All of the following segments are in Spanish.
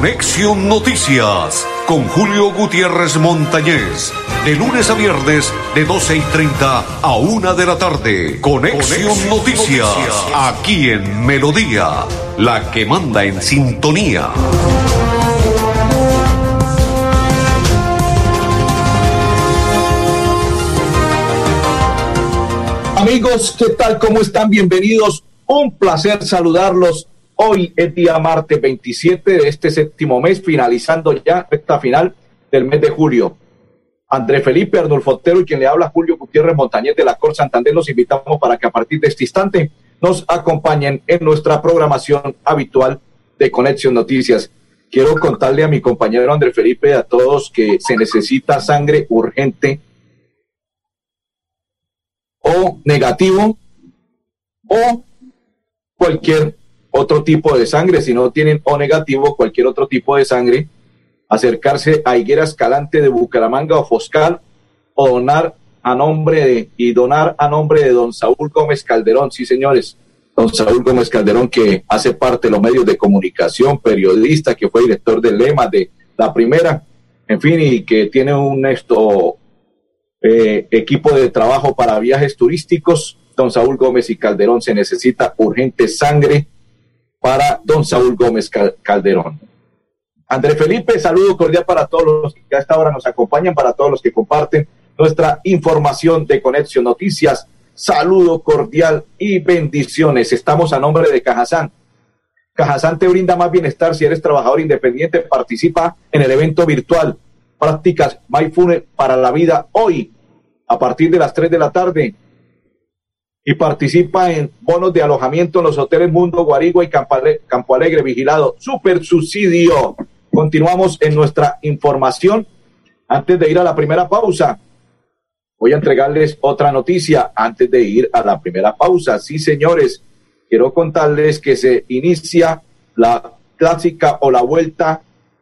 Conexión Noticias con Julio Gutiérrez Montañez. De lunes a viernes de 12:30 a 1 de la tarde. Conexión Noticias. Aquí en Melodía, la que manda en sintonía. Amigos, ¿qué tal? ¿Cómo están? Bienvenidos. Un placer saludarlos. Hoy es día martes 27 de este séptimo mes, finalizando ya recta final del mes de julio. André Felipe Arnulfo Otero y quien le habla, Julio Gutiérrez Montañez de la Cor Santander, los invitamos para que a partir de este instante nos acompañen en nuestra programación habitual de Conexión Noticias. Quiero contarle a mi compañero André Felipe y a todos que se necesita sangre urgente o negativo o cualquier otro tipo de sangre. Si no tienen O negativo, cualquier otro tipo de sangre, acercarse a Higuera Escalante de Bucaramanga o Foscal o donar a nombre de don Saúl Gómez Calderón. Sí, señores, don Saúl Gómez Calderón, que hace parte de los medios de comunicación, periodista, que fue director del Lema, de La Primera, en fin, y que tiene un equipo de trabajo para viajes turísticos. Don Saúl Gómez y Calderón, se necesita urgente sangre para don Saúl Gómez Calderón. André Felipe, saludo cordial para todos los que a esta hora nos acompañan, para todos los que comparten nuestra información de Conexión Noticias. Saludo cordial y bendiciones. Estamos a nombre de Cajazán. Cajazán te brinda más bienestar si eres trabajador independiente. Participa en el evento virtual Prácticas Mindfulness para la Vida hoy a partir de las 3 de la tarde. Y participa en bonos de alojamiento en los hoteles Mundo, Guarigua y Campo Alegre, vigilado. Super subsidio. Continuamos en nuestra información. Antes de ir a la primera pausa, voy a entregarles otra noticia antes de ir a la primera pausa. Sí, señores, quiero contarles que se inicia la clásica o la vuelta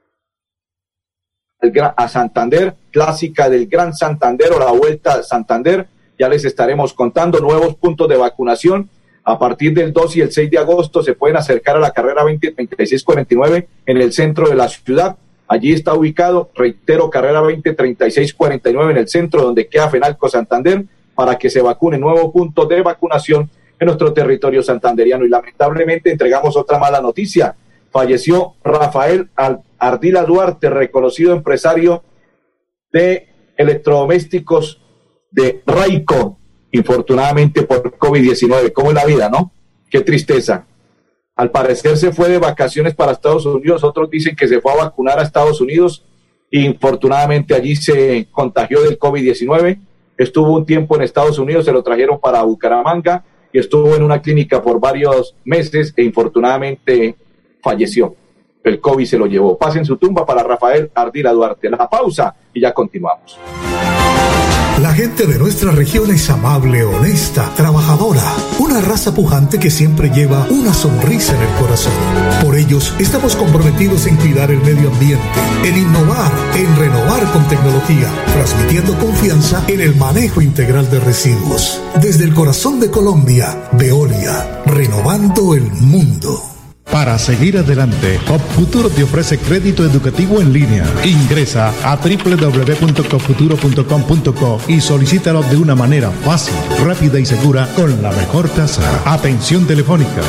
a Santander, clásica del Gran Santander o la Vuelta a Santander. Ya les estaremos contando nuevos puntos de vacunación. A partir del 2 y el 6 de agosto se pueden acercar a la carrera 203649 en el centro de la ciudad. Allí está ubicado, reitero, carrera 203649 en el centro, donde queda Fenalco Santander, para que se vacune. Nuevo punto de vacunación en nuestro territorio santanderiano. Y lamentablemente entregamos otra mala noticia. Falleció Rafael Ardila Duarte, reconocido empresario de electrodomésticos de Raico, infortunadamente por COVID-19. ¿Cómo es la vida, no? Qué tristeza. Al parecer se fue de vacaciones para Estados Unidos, otros dicen que se fue a vacunar a Estados Unidos, y infortunadamente allí se contagió del COVID-19, estuvo un tiempo en Estados Unidos, se lo trajeron para Bucaramanga, y estuvo en una clínica por varios meses, e infortunadamente falleció. El COVID se lo llevó. Pasen su tumba para Rafael Ardila Duarte. La pausa y ya continuamos. La gente de nuestra región es amable, honesta, trabajadora, una raza pujante que siempre lleva una sonrisa en el corazón. Por ellos estamos comprometidos en cuidar el medio ambiente, en innovar, en renovar con tecnología, transmitiendo confianza en el manejo integral de residuos. Desde el corazón de Colombia, Veolia, renovando el mundo. Para seguir adelante, CopFuturo te ofrece crédito educativo en línea. Ingresa a www.copfuturo.com.co y solicítalo de una manera fácil, rápida y segura con la mejor tasa. Atención telefónica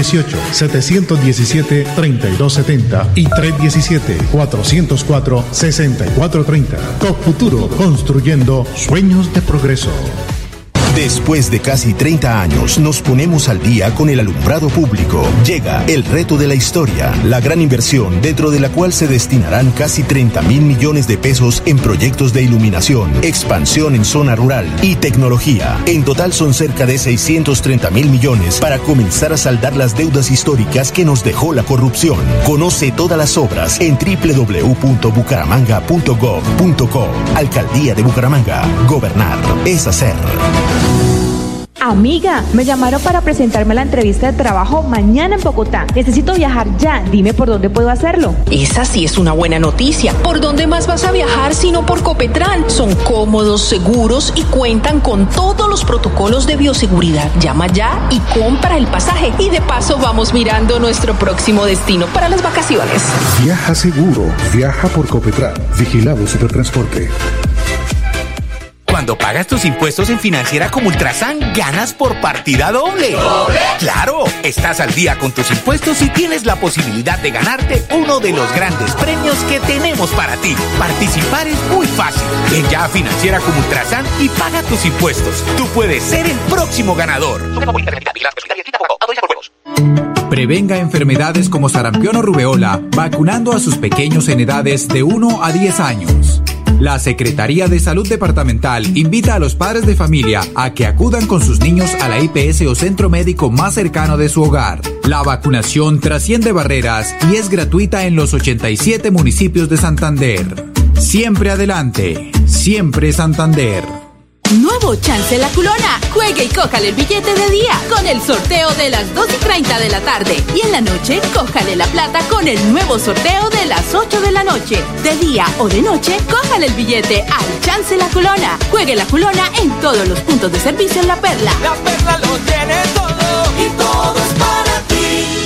318-717-3270 y 317-404-6430. CopFuturo, construyendo sueños de progreso. Después de casi 30 años, nos ponemos al día con el alumbrado público. Llega el reto de la historia, la gran inversión dentro de la cual se destinarán casi 30.000 millones de pesos en proyectos de iluminación, expansión en zona rural y tecnología. En total son cerca de 630.000 millones para comenzar a saldar las deudas históricas que nos dejó la corrupción. Conoce todas las obras en www.bucaramanga.gov.co. Alcaldía de Bucaramanga. Gobernar es hacer. Amiga, me llamaron para presentarme a la entrevista de trabajo mañana en Bogotá. Necesito viajar ya. Dime por dónde puedo hacerlo. Esa sí es una buena noticia. ¿Por dónde más vas a viajar sino por Copetran? Son cómodos, seguros y cuentan con todos los protocolos de bioseguridad. Llama ya y compra el pasaje. Y de paso vamos mirando nuestro próximo destino para las vacaciones. Viaja seguro. Viaja por Copetran. Vigilado Supertransporte. Cuando pagas tus impuestos en Financiera como Ultrasan, ganas por partida doble. ¿Doble? ¡Claro! Estás al día con tus impuestos y tienes la posibilidad de ganarte uno de los grandes premios que tenemos para ti. Participar es muy fácil. Ven ya a Financiera como Ultrasan y paga tus impuestos. Tú puedes ser el próximo ganador. Prevenga enfermedades como sarampión o rubeola, vacunando a sus pequeños en edades de 1 a 10 años. La Secretaría de Salud Departamental invita a los padres de familia a que acudan con sus niños a la IPS o centro médico más cercano de su hogar. La vacunación trasciende barreras y es gratuita en los 87 municipios de Santander. Siempre adelante, siempre Santander. Nuevo Chance La Culona. Juegue y cójale el billete de día con el sorteo de las 2:30 de la tarde. Y en la noche, cójale la plata con el nuevo sorteo de las 8 de la noche. De día o de noche, cójale el billete al Chance La Culona. Juegue La Culona en todos los puntos de servicio en La Perla. La Perla lo tiene todo y todo es para ti.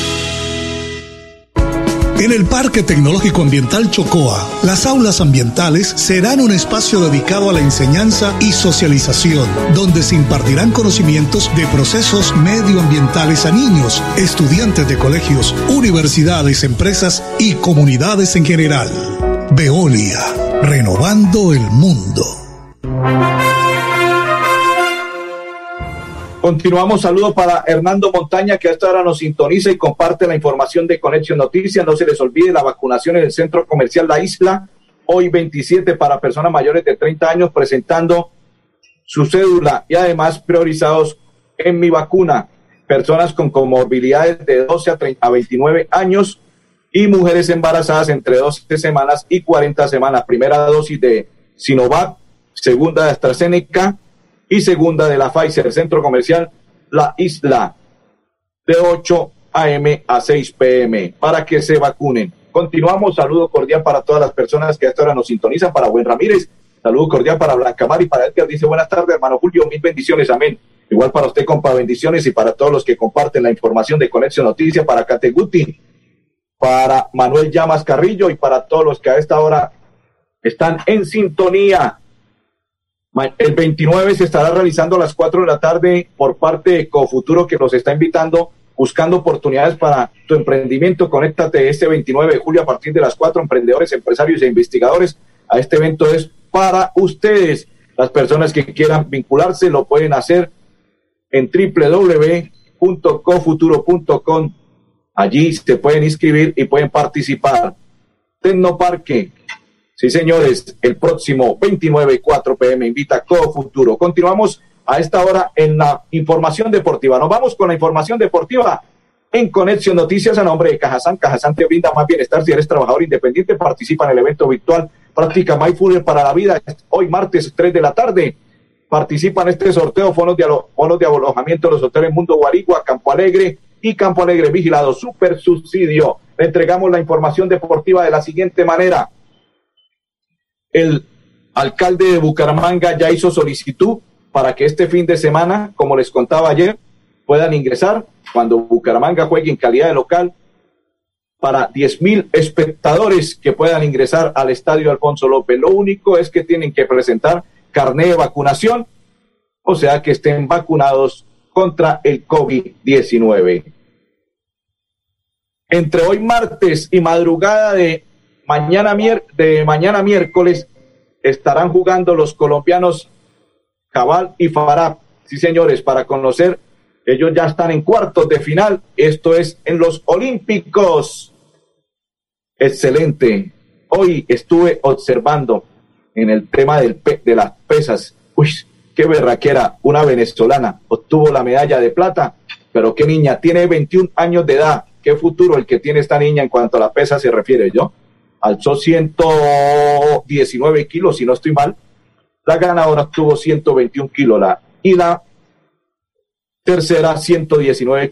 En el Parque Tecnológico Ambiental Chocoa, las aulas ambientales serán un espacio dedicado a la enseñanza y socialización, donde se impartirán conocimientos de procesos medioambientales a niños, estudiantes de colegios, universidades, empresas y comunidades en general. Veolia, renovando el mundo. Continuamos, saludo para Hernando Montaña, que a esta hora nos sintoniza y comparte la información de Conexión Noticias. No se les olvide la vacunación en el Centro Comercial La Isla, hoy 27 para personas mayores de 30 años, presentando su cédula y además priorizados en Mi Vacuna, personas con comorbilidades de 12 a 29 años y mujeres embarazadas entre 12 semanas y 40 semanas. Primera dosis de Sinovac, segunda de AstraZeneca y segunda de la Pfizer. Centro Comercial La Isla, de 8 a.m. a 6 p.m. para que se vacunen. Continuamos, saludo cordial para todas las personas que a esta hora nos sintonizan, para Buen Ramírez, saludo cordial para Blanca Mar y para Edgar, dice buenas tardes hermano Julio, mil bendiciones, amén. Igual para usted, compa, bendiciones, y para todos los que comparten la información de Conexión Noticias, para Categuti, para Manuel Llamas Carrillo y para todos los que a esta hora están en sintonía. El 29 se estará realizando a las 4 de la tarde por parte de Cofuturo, que nos está invitando, buscando oportunidades para tu emprendimiento. Conéctate este 29 de julio a partir de las 4, emprendedores, empresarios e investigadores. A este evento es para ustedes. Las personas que quieran vincularse lo pueden hacer en www.cofuturo.com. Allí se pueden inscribir y pueden participar. Tecnoparque. Sí, señores, el próximo 29, 4 p.m. invita Cofuturo. Continuamos a esta hora en la información deportiva. Nos vamos con la información deportiva en Conexión Noticias a nombre de Cajazán. Cajazán te brinda más bienestar si eres trabajador independiente. Participa en el evento virtual Práctica MyFootball para la vida. Hoy martes 3 de la tarde. Participa en este sorteo bonos de alojamiento de los hoteles Mundo Guarigua, Campo Alegre y Campo Alegre Vigilado. Super subsidio. Le entregamos la información deportiva de la siguiente manera. El alcalde de Bucaramanga ya hizo solicitud para que este fin de semana, como les contaba ayer, puedan ingresar cuando Bucaramanga juegue en calidad de local para 10,000 espectadores que puedan ingresar al estadio Alfonso López. Lo único es que tienen que presentar carné de vacunación, o sea que estén vacunados contra el COVID-19. Entre hoy martes y madrugada de mañana miércoles estarán jugando los colombianos Cabal y Farab. Sí, señores, para conocer, ellos ya están en cuartos de final. Esto es en los Olímpicos. Excelente. Hoy estuve observando en el tema de las pesas. Uy, qué berraquera. Una venezolana obtuvo la medalla de plata, pero qué niña, tiene 21 años de edad. Qué futuro el que tiene esta niña en cuanto a la pesa se refiere, ¿yo? Alzó 119 kilos, si no estoy mal. La ganadora tuvo 121 kilos. Y la tercera 117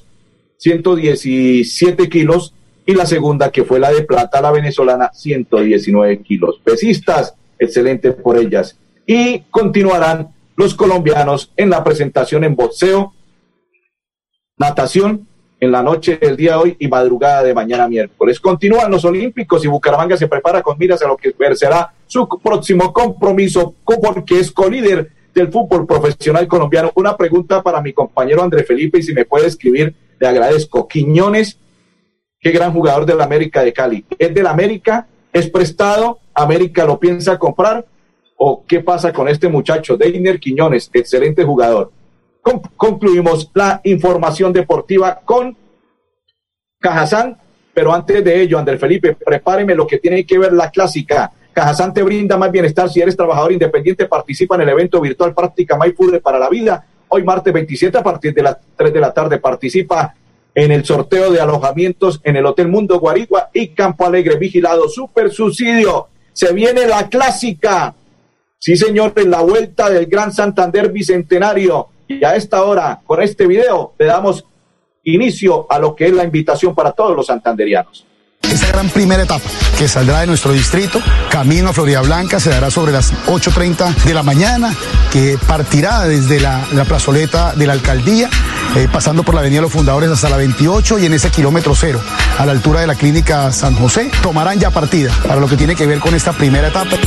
kilos, y la segunda, que fue la de plata, la venezolana, 119 kilos. Pesistas, excelente por ellas. Y continuarán los colombianos en la presentación en boxeo, natación, en la noche del día de hoy y madrugada de mañana miércoles. Continúan los Olímpicos y Bucaramanga se prepara con miras a lo que será su próximo compromiso, porque es colíder del fútbol profesional colombiano. Una pregunta para mi compañero André Felipe, y si me puede escribir, le agradezco. Quiñones, qué gran jugador del América de Cali. ¿Es del América? ¿Es prestado? ¿América lo piensa comprar? ¿O qué pasa con este muchacho? Deiner Quiñones, excelente jugador. Concluimos la información deportiva con Cajazán, pero antes de ello, André Felipe, prepáreme lo que tiene que ver la clásica. Cajazán te brinda más bienestar si eres trabajador independiente. Participa en el evento virtual Práctica MyFood para la Vida. Hoy martes 27 a partir de las 3 de la tarde participa en el sorteo de alojamientos en el Hotel Mundo Guarigua y Campo Alegre, vigilado Super Subsidio. Se viene la clásica. Sí, señor, en la vuelta del Gran Santander Bicentenario. Y a esta hora, con este video, le damos inicio a lo que es la invitación para todos los santanderianos. Esta gran primera etapa que saldrá de nuestro distrito, camino a Florida Blanca, se dará sobre las 8:30 de la mañana, que partirá desde la plazoleta de la alcaldía, pasando por la avenida Los Fundadores hasta la 28, y en ese kilómetro cero, a la altura de la clínica San José, tomarán ya partida para lo que tiene que ver con esta primera etapa.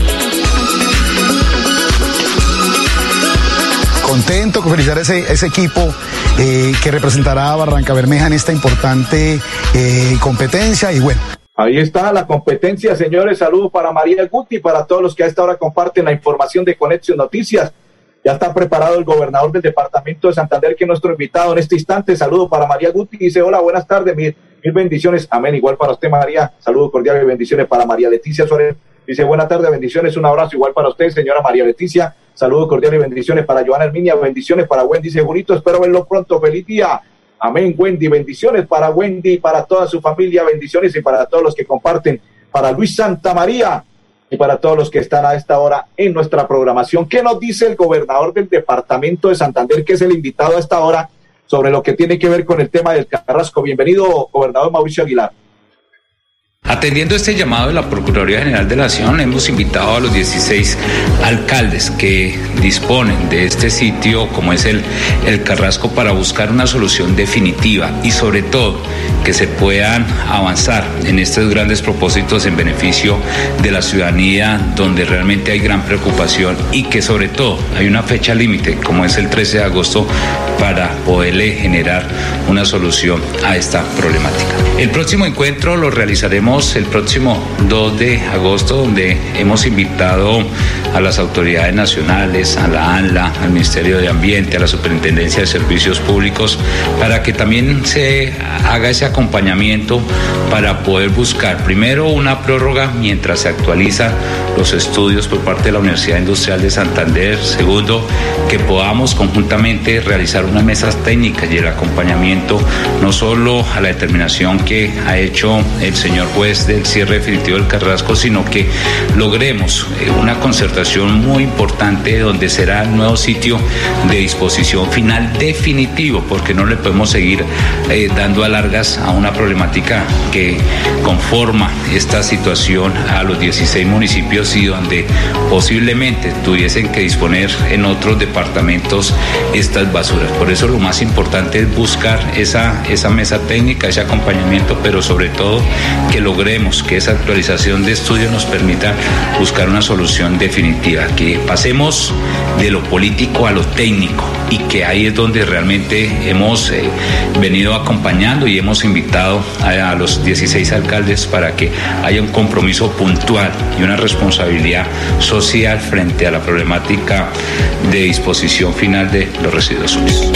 Contento con felicitar ese equipo que representará a Barranca Bermeja en esta importante competencia, y bueno. Ahí está la competencia, señores. Saludos para María Guti y para todos los que a esta hora comparten la información de Conexión Noticias. Ya está preparado el gobernador del departamento de Santander, que es nuestro invitado en este instante. Saludos para María Guti. Dice: hola, buenas tardes, mil bendiciones. Amén. Igual para usted, María. Saludos cordiales y bendiciones para María Leticia Suárez. Dice: buenas tardes, bendiciones, un abrazo igual para usted, señora María Leticia. Saludos cordiales y bendiciones para Joana Herminia, bendiciones para Wendy Segurito, espero verlo pronto, feliz día. Amén, Wendy, bendiciones para Wendy, para toda su familia, bendiciones, y para todos los que comparten, para Luis Santamaría y para todos los que están a esta hora en nuestra programación. ¿Qué nos dice el gobernador del departamento de Santander, que es el invitado a esta hora, sobre lo que tiene que ver con el tema del Carrasco? Bienvenido, gobernador Mauricio Aguilar. Atendiendo este llamado de la Procuraduría General de la Nación, hemos invitado a los 16 alcaldes que disponen de este sitio, como es el Carrasco, para buscar una solución definitiva y sobre todo que se puedan avanzar en estos grandes propósitos en beneficio de la ciudadanía, donde realmente hay gran preocupación, y que sobre todo hay una fecha límite, como es el 13 de agosto, para poderle generar una solución a esta problemática. El próximo encuentro lo realizaremos el próximo 2 de agosto, donde hemos invitado a las autoridades nacionales, a la ANLA, al Ministerio de Ambiente, a la Superintendencia de Servicios Públicos, para que también se haga ese acompañamiento para poder buscar primero una prórroga mientras se actualizan los estudios por parte de la Universidad Industrial de Santander. Segundo, que podamos conjuntamente realizar unas mesas técnicas y el acompañamiento no solo a la determinación que ha hecho el señor juez del cierre definitivo del Carrasco, sino que logremos una concertación muy importante donde será el nuevo sitio de disposición final definitivo, porque no le podemos seguir dando alargas a una problemática que conforma esta situación a los 16 municipios y donde posiblemente tuviesen que disponer en otros departamentos estas basuras. Por eso lo más importante es buscar esa mesa técnica, ese acompañamiento, pero sobre todo que logremos que esa actualización de estudio nos permita buscar una solución definitiva, que pasemos de lo político a lo técnico, y que ahí es donde realmente hemos venido acompañando y hemos invitado a los 16 alcaldes para que haya un compromiso puntual y una responsabilidad social frente a la problemática de disposición final de los residuos sólidos.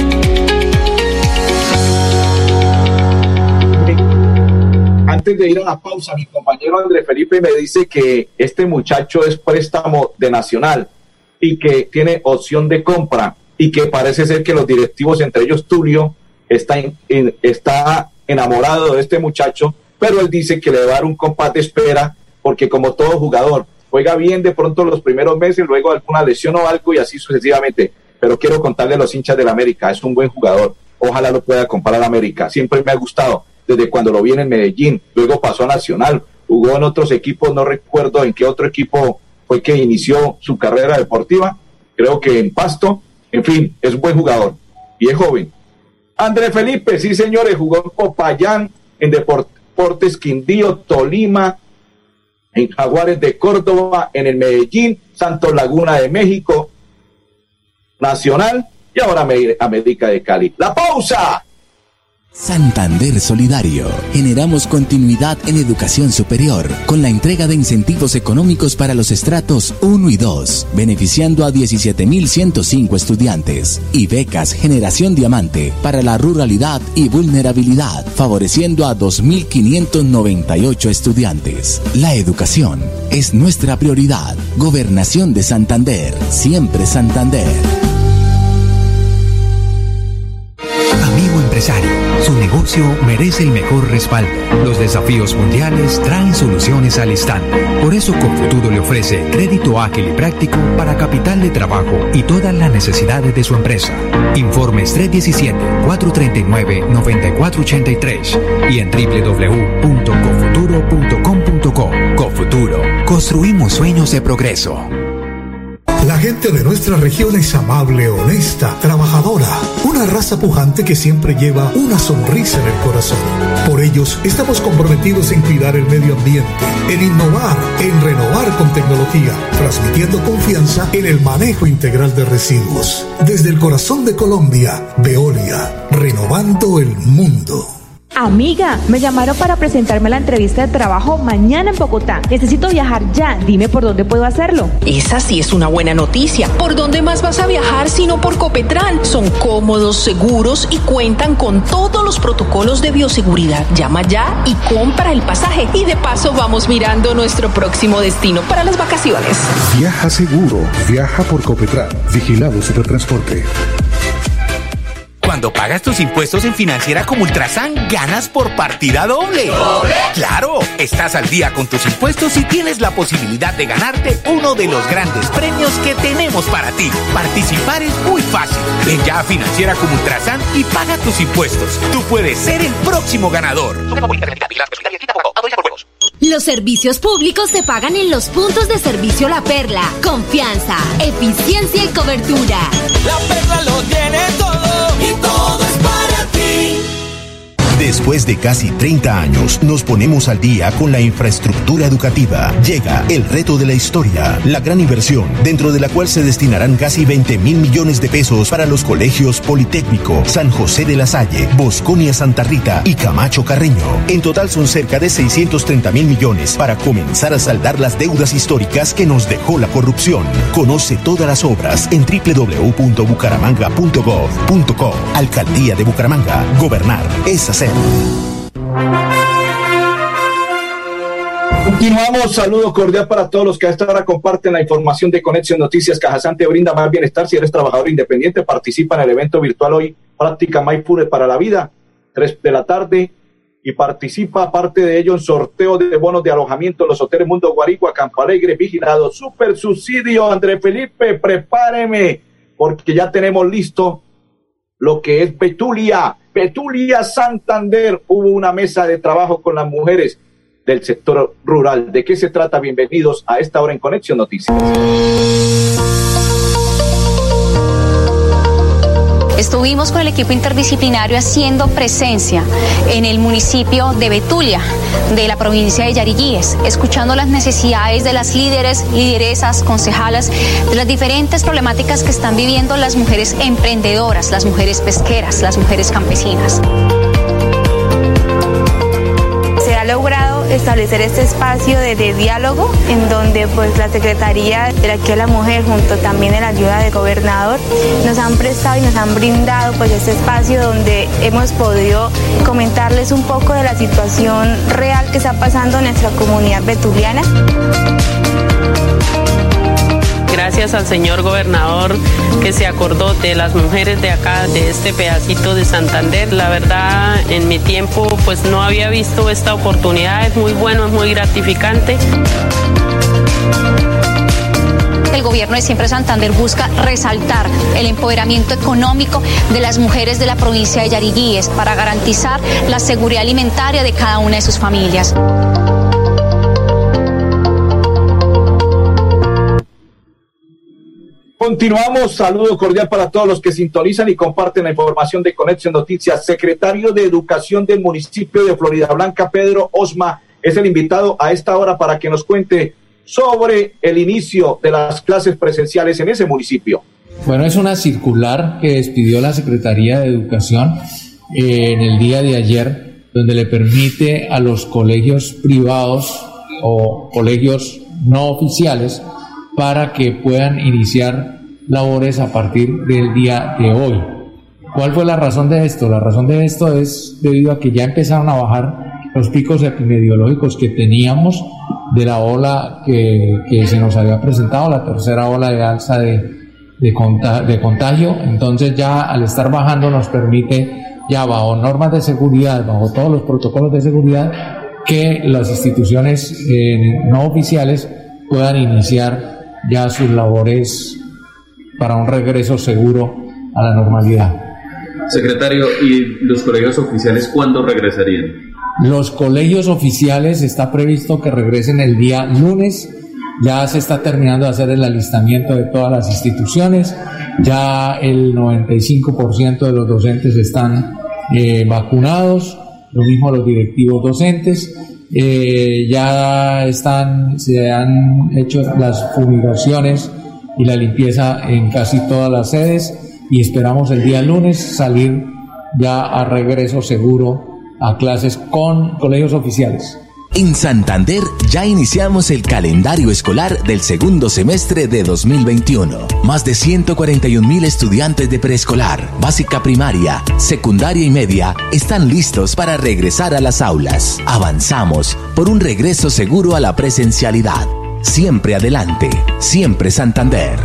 Antes de ir a la pausa, mi compañero André Felipe me dice que este muchacho es préstamo de Nacional y que tiene opción de compra, y que parece ser que los directivos, entre ellos Tulio, está enamorado de este muchacho, pero él dice que le va a dar un compás de espera, porque como todo jugador, juega bien de pronto los primeros meses, luego alguna lesión o algo, y así sucesivamente. pero quiero contarle a los hinchas del América, es un buen jugador, ojalá lo pueda comprar al América, siempre me ha gustado, desde cuando lo vi en Medellín, luego pasó a Nacional, jugó en otros equipos, no recuerdo en qué otro equipo fue que inició su carrera deportiva, creo que en Pasto, en fin, es un buen jugador y es joven. Andrés Felipe, sí señores, jugó en Popayán, en Deportes Quindío, Tolima, en Jaguares de Córdoba, en el Medellín, Santos Laguna de México, Nacional y ahora América de Cali. ¡La pausa! Santander Solidario. Generamos continuidad en educación superior con la entrega de incentivos económicos para los estratos 1 y 2, beneficiando a 17.105 estudiantes, y becas Generación Diamante para la ruralidad y vulnerabilidad, favoreciendo a 2.598 estudiantes. La educación es nuestra prioridad. Gobernación de Santander, siempre Santander. Amigo empresario, su negocio merece el mejor respaldo. Los desafíos mundiales traen soluciones al instante. Por eso Confuturo le ofrece crédito ágil y práctico para capital de trabajo y todas las necesidades de su empresa. Informes 317-439-9483 y en www.cofuturo.com.co. Confuturo, construimos sueños de progreso. La gente de nuestra región es amable, honesta, trabajadora, una raza pujante que siempre lleva una sonrisa en el corazón. Por ellos estamos comprometidos en cuidar el medio ambiente, en innovar, en renovar con tecnología, transmitiendo confianza en el manejo integral de residuos. Desde el corazón de Colombia, Veolia, renovando el mundo. Amiga, me llamaron para presentarme a la entrevista de trabajo mañana en Bogotá. Necesito viajar ya. Dime por dónde puedo hacerlo. Esa sí es una buena noticia. ¿Por dónde más vas a viajar sino por Copetran? Son cómodos, seguros y cuentan con todos los protocolos de bioseguridad. Llama ya y compra el pasaje. Y de paso vamos mirando nuestro próximo destino para las vacaciones. Viaja seguro. Viaja por Copetran. Vigilado Supertransporte. Cuando pagas tus impuestos en Financiera como Ultrasan, ganas por partida doble. ¿Doble? ¡Claro! Estás al día con tus impuestos y tienes la posibilidad de ganarte uno de los grandes premios que tenemos para ti. Participar es muy fácil. Ven ya a Financiera como Ultrasan y paga tus impuestos. Tú puedes ser el próximo ganador. Los servicios públicos se pagan en los puntos de servicio La Perla. Confianza, eficiencia y cobertura. La Perla lo tiene todo y todo es para ti. Después de casi 30 años, nos ponemos al día con la infraestructura educativa. Llega el reto de la historia, la gran inversión, dentro de la cual se destinarán casi 20.000 millones de pesos para los colegios Politécnico, San José de la Salle, Bosconia Santa Rita y Camacho Carreño. En total son cerca de 630.000 millones para comenzar a saldar las deudas históricas que nos dejó la corrupción. Conoce todas las obras en www.bucaramanga.gov.co. Alcaldía de Bucaramanga. Gobernar es hacer. Continuamos, saludo cordial para todos los que a esta hora comparten la información de Conexión Noticias. Cajazán te brinda más bienestar. Si eres trabajador independiente, participa en el evento virtual hoy, Práctica Mindfulness para la Vida, 3 de la tarde, y participa, aparte de ello, en sorteo de bonos de alojamiento en los hoteles Mundo Guarigua, Campo Alegre, vigilado, super subsidio. Andrés Felipe, prepáreme, porque ya tenemos listo lo que es Betulia Santander. Hubo una mesa de trabajo con las mujeres del sector rural. ¿De qué se trata? Bienvenidos a esta hora en Conexión Noticias. Estuvimos con el equipo interdisciplinario haciendo presencia en el municipio de Betulia, de la provincia de Yariguíes, escuchando las necesidades de las líderes, lideresas, concejalas, de las diferentes problemáticas que están viviendo las mujeres emprendedoras, las mujeres pesqueras, las mujeres campesinas. Se ha logrado establecer este espacio de diálogo en donde pues la Secretaría de la Equidad de la Mujer junto también en la ayuda del gobernador nos han prestado y nos han brindado pues este espacio donde hemos podido comentarles un poco de la situación real que está pasando en nuestra comunidad betuliana. Gracias al señor gobernador que se acordó de las mujeres de acá, de este pedacito de Santander. La verdad, en mi tiempo pues no había visto esta oportunidad. Es muy bueno, es muy gratificante. el gobierno de Siempre Santander busca resaltar el empoderamiento económico de las mujeres de la provincia de Yariguíes para garantizar la seguridad alimentaria de cada una de sus familias. Continuamos, saludo cordial para todos los que sintonizan y comparten la información de Conexión Noticias. Secretario de Educación del municipio de Floridablanca, Pedro Osma, es el invitado a esta hora para que nos cuente sobre el inicio de las clases presenciales en ese municipio. Bueno, es una circular que expidió la Secretaría de Educación en el día de ayer, donde le permite a los colegios privados o colegios no oficiales para que puedan iniciar labores a partir del día de hoy. ¿Cuál fue la razón de esto? La razón de esto es debido a que ya empezaron a bajar los picos epidemiológicos que teníamos de la ola que se nos había presentado, la tercera ola de alza de contagio. Entonces ya al estar bajando nos permite, ya bajo normas de seguridad, bajo todos los protocolos de seguridad, que las instituciones no oficiales puedan iniciar ya sus labores para un regreso seguro a la normalidad. Secretario, ¿y los colegios oficiales cuándo regresarían? Los colegios oficiales está previsto que regresen el día lunes. Ya se está terminando de hacer el alistamiento de todas las instituciones. Ya el 95% de los docentes están vacunados, lo mismo los directivos docentes. Ya se han hecho las fumigaciones y la limpieza en casi todas las sedes y esperamos el día lunes salir ya a regreso seguro a clases con colegios oficiales. En Santander ya iniciamos el calendario escolar del segundo semestre de 2021. Más de 141,000 estudiantes de preescolar, básica primaria, secundaria y media están listos para regresar a las aulas. Avanzamos por un regreso seguro a la presencialidad. Siempre adelante, siempre Santander.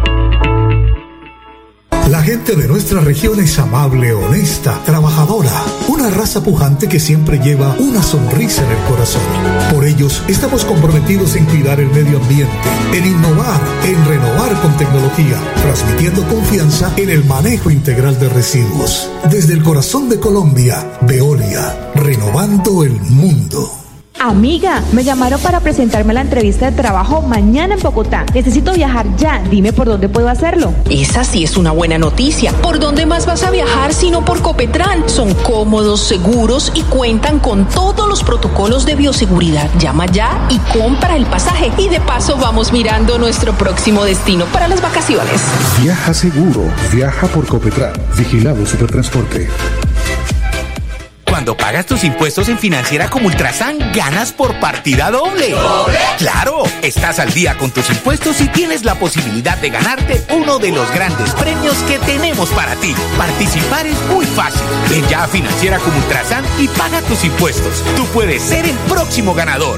La gente de nuestra región es amable, honesta, trabajadora, una raza pujante que siempre lleva una sonrisa en el corazón. Por ellos estamos comprometidos en cuidar el medio ambiente, en innovar, en renovar con tecnología, transmitiendo confianza en el manejo integral de residuos. Desde el corazón de Colombia, Veolia, renovando el mundo. Amiga, me llamaron para presentarme la entrevista de trabajo mañana en Bogotá. Necesito viajar ya. Dime por dónde puedo hacerlo. Esa sí es una buena noticia. ¿Por dónde más vas a viajar sino por Copetran? Son cómodos, seguros y cuentan con todos los protocolos de bioseguridad. Llama ya y compra el pasaje. Y de paso vamos mirando nuestro próximo destino para las vacaciones. Viaja seguro. Viaja por Copetran. Vigilado Supertransporte. Cuando pagas tus impuestos en Financiera como Ultrasan, ganas por partida doble. ¿Doble? ¡Claro! Estás al día con tus impuestos y tienes la posibilidad de ganarte uno de los grandes premios que tenemos para ti. Participar es muy fácil. Ven ya a Financiera como Ultrasan y paga tus impuestos. Tú puedes ser el próximo ganador.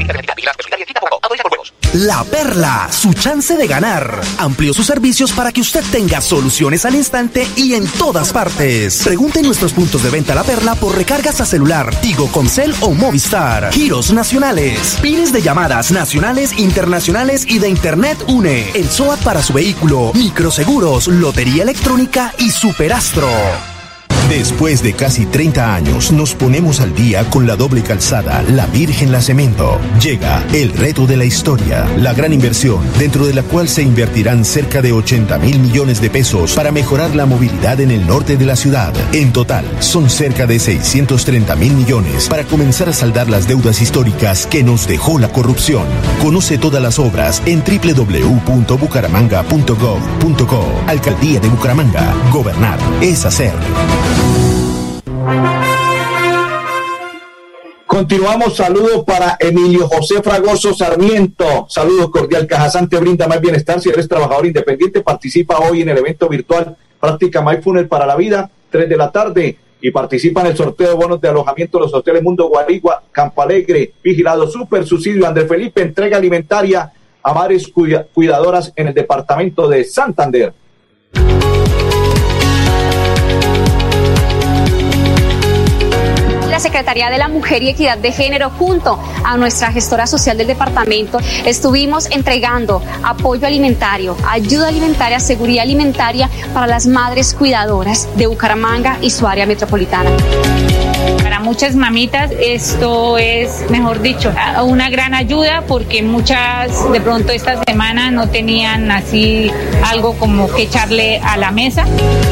La Perla, su chance de ganar. Amplió sus servicios para que usted tenga soluciones al instante y en todas partes. Pregunte en nuestros puntos de venta La Perla por recargas a celular, Tigo, Comcel o Movistar. Giros nacionales, pines de llamadas nacionales, internacionales y de Internet UNE. El SOAT para su vehículo, microseguros, lotería electrónica y Superastro. Después de casi 30 años, nos ponemos al día con la doble calzada La Virgen La Cemento. Llega el reto de la historia, la gran inversión, dentro de la cual se invertirán cerca de 80,000 millones de pesos para mejorar la movilidad en el norte de la ciudad. En total, son cerca de 630,000 millones para comenzar a saldar las deudas históricas que nos dejó la corrupción. Conoce todas las obras en www.bucaramanga.gov.co. Alcaldía de Bucaramanga. Gobernar es hacer. Continuamos, saludos para Emilio José Fragoso Sarmiento. Saludos cordial. Cajazán te brinda más bienestar. Si eres trabajador independiente, participa hoy en el evento virtual Práctica Mindfulness para la Vida, 3 de la tarde, y participa en el sorteo de bonos de alojamiento de los hoteles Mundo Guarigua, Campo Alegre, Vigilado Super, Subsidio Andrés Felipe, entrega alimentaria a madres cuidadoras en el departamento de Santander. La Secretaría de la Mujer y Equidad de Género, junto a nuestra gestora social del departamento, estuvimos entregando apoyo alimentario, ayuda alimentaria, seguridad alimentaria para las madres cuidadoras de Bucaramanga y su área metropolitana. Para muchas mamitas esto es, mejor dicho, una gran ayuda, porque muchas de pronto esta semana no tenían así algo como que echarle a la mesa.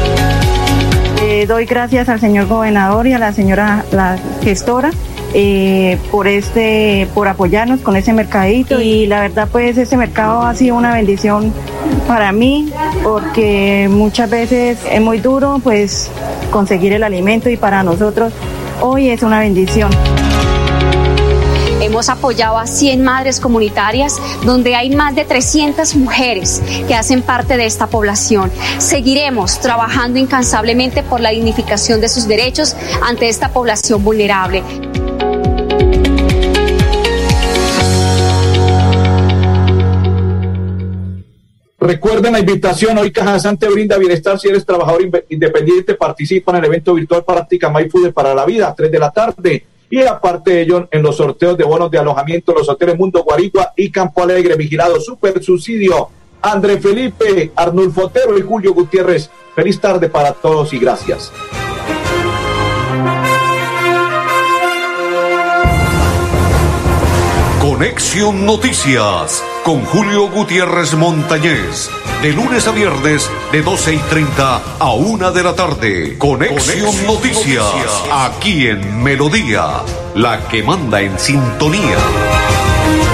Doy gracias al señor gobernador y a la señora la gestora por apoyarnos con ese mercadito, y la verdad pues ese mercado ha sido una bendición para mí, porque muchas veces es muy duro pues conseguir el alimento, y para nosotros hoy es una bendición. Hemos apoyado a 100 madres comunitarias, donde hay más de 300 mujeres que hacen parte de esta población. Seguiremos trabajando incansablemente por la dignificación de sus derechos ante esta población vulnerable. Recuerden la invitación, hoy Cajazán te brinda bienestar. Si eres trabajador independiente, participa en el evento virtual Práctica My Food para la Vida, 3 de la tarde. Y aparte de ello, en los sorteos de bonos de alojamiento en los hoteles Mundo Guarigua y Campo Alegre, vigilado Super Subsidio. André Felipe, Arnulfo Otero y Julio Gutiérrez. Feliz tarde para todos y gracias. Conexión Noticias con Julio Gutiérrez Montañez. De lunes a viernes, de 12:30 a 1 de la tarde. Conexión Noticias, aquí en Melodía, la que manda en sintonía.